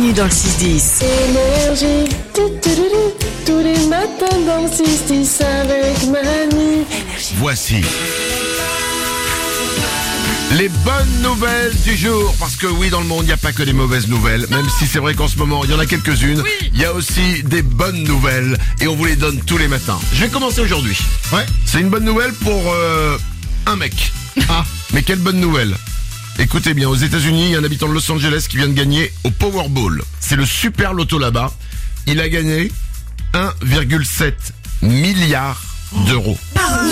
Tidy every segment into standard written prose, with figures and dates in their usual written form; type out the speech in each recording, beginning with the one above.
Manu dans le 6-10. Énergie, tous les matins dans le 6-10 avec Manu. Voici les bonnes nouvelles du jour. Parce que oui, dans le monde, il n'y a pas que des mauvaises nouvelles. Même si c'est vrai qu'en ce moment, il y en a quelques-unes. Il y a aussi des bonnes nouvelles. Et on vous les donne tous les matins. Je vais commencer aujourd'hui. Ouais. C'est une bonne nouvelle pour un mec. Ah, mais quelle bonne nouvelle. Écoutez bien, aux États-Unis, il y a un habitant de Los Angeles qui vient de gagner au Powerball. C'est le super loto là-bas. Il a gagné 1,7 milliard d'euros.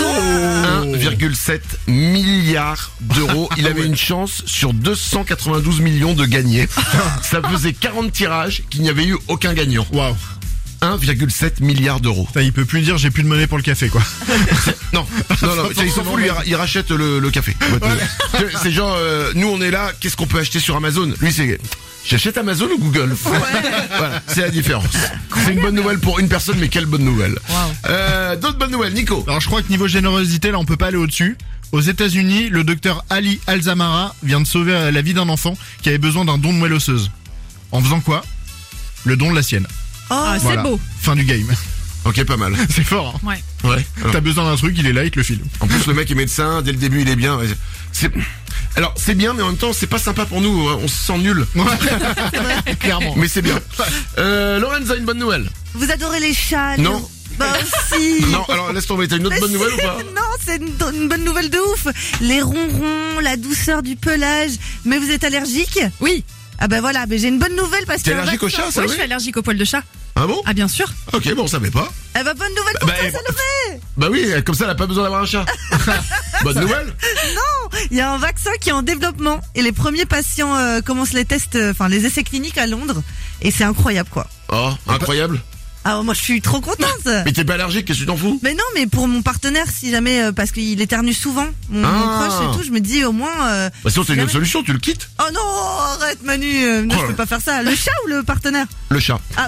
1,7 milliard d'euros. Il avait une chance sur 292 millions de gagner. Ça faisait 40 tirages qu'il n'y avait eu aucun gagnant. Waouh. 1,7 milliard d'euros. Enfin, il peut plus dire j'ai plus de monnaie pour le café, quoi. Non, il s'en fout, lui, il rachète le café. Ouais. C'est genre, nous on est là, qu'est-ce qu'on peut acheter sur Amazon? Lui c'est, j'achète Amazon ou Google? Voilà, c'est la différence. C'est une bonne nouvelle pour une personne, mais quelle bonne nouvelle. Wow. D'autres bonnes nouvelles, Nico? Alors je crois que niveau générosité, là on peut pas aller au-dessus. Aux États-Unis, le docteur Ali Alzamara vient de sauver la vie d'un enfant qui avait besoin d'un don de moelle osseuse. En faisant quoi? Le don de la sienne. Oh, voilà. C'est beau. Fin du game. Ok, pas mal. C'est fort, hein. Ouais. T'as besoin d'un truc, il est là, il te le file. En plus, le mec est médecin, dès le début, il est bien. Alors, c'est bien, mais en même temps, c'est pas sympa pour nous. On se sent nul. Ouais. Clairement. Mais c'est bien. Lorenza, une bonne nouvelle. Vous adorez les chats? Non. Bah si. Non, alors laisse tomber. T'as une autre bonne nouvelle ou pas? Non, c'est une bonne nouvelle de ouf. Les ronrons, la douceur du pelage. Mais vous êtes allergique? Oui. Ah bah voilà, mais j'ai une bonne nouvelle parce que... T'es allergique aux chats, ça? Oui, je suis allergique aux poils de chat. Ah bon? Ah bien sûr. Ok, bon, on savait pas. Eh bah bonne nouvelle pour toi, Salomé. Bah oui, comme ça, elle a pas besoin d'avoir un chat. Bonne nouvelle? Non, il y a un vaccin qui est en développement et les premiers patients commencent les tests, les essais cliniques à Londres et c'est incroyable quoi. Oh, incroyable. Ah moi je suis trop contente. Mais t'es pas allergique, qu'est-ce que tu t'en fous? Mais non, mais pour mon partenaire, si jamais parce qu'il éternue souvent, mon proche et tout, je me dis au moins. Bah sinon t'as une autre solution, tu le quittes. Oh non, arrête Manu, non, je peux pas faire ça. Le chat ou le partenaire? Le chat. Ah.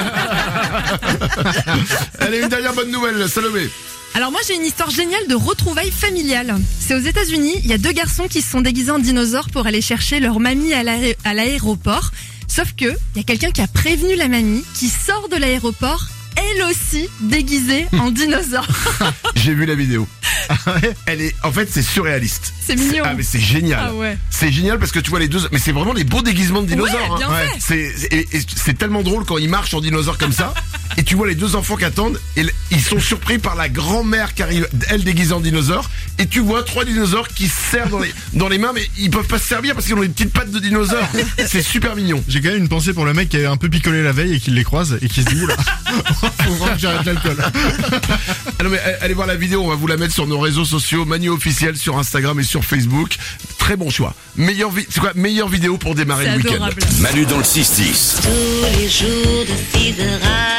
Allez, une dernière bonne nouvelle, Salomé. Alors moi j'ai une histoire géniale de retrouvailles familiales. C'est aux États-Unis, il y a deux garçons qui se sont déguisés en dinosaures pour aller chercher leur mamie à l'aéroport. Sauf que il y a quelqu'un qui a prévenu la mamie qui sort de l'aéroport, elle aussi déguisée en dinosaure. J'ai vu la vidéo. Elle est, en fait, c'est surréaliste. C'est mignon. Ah mais c'est génial. Ah ouais. C'est génial parce que tu vois les deux, mais c'est vraiment les beaux déguisements de dinosaures. Ouais, bien fait. C'est tellement drôle quand ils marchent en dinosaure comme ça. Et tu vois les deux enfants qui attendent et ils sont surpris par la grand-mère qui arrive, elle déguisée en dinosaure. Et tu vois trois dinosaures qui se servent dans les mains, mais ils peuvent pas se servir parce qu'ils ont des petites pattes de dinosaures. C'est super mignon. J'ai quand même une pensée pour le mec qui avait un peu picolé la veille et qui les croise et qui se dit oula, faut vraiment que j'arrête l'alcool. Ah non mais allez voir la vidéo, on va vous la mettre sur nos réseaux sociaux, Manu officiel sur Instagram et sur Facebook. Très bon choix. Meilleure vidéo pour démarrer le week-end. Manu dans le 6-10. Tous les jours de 6h à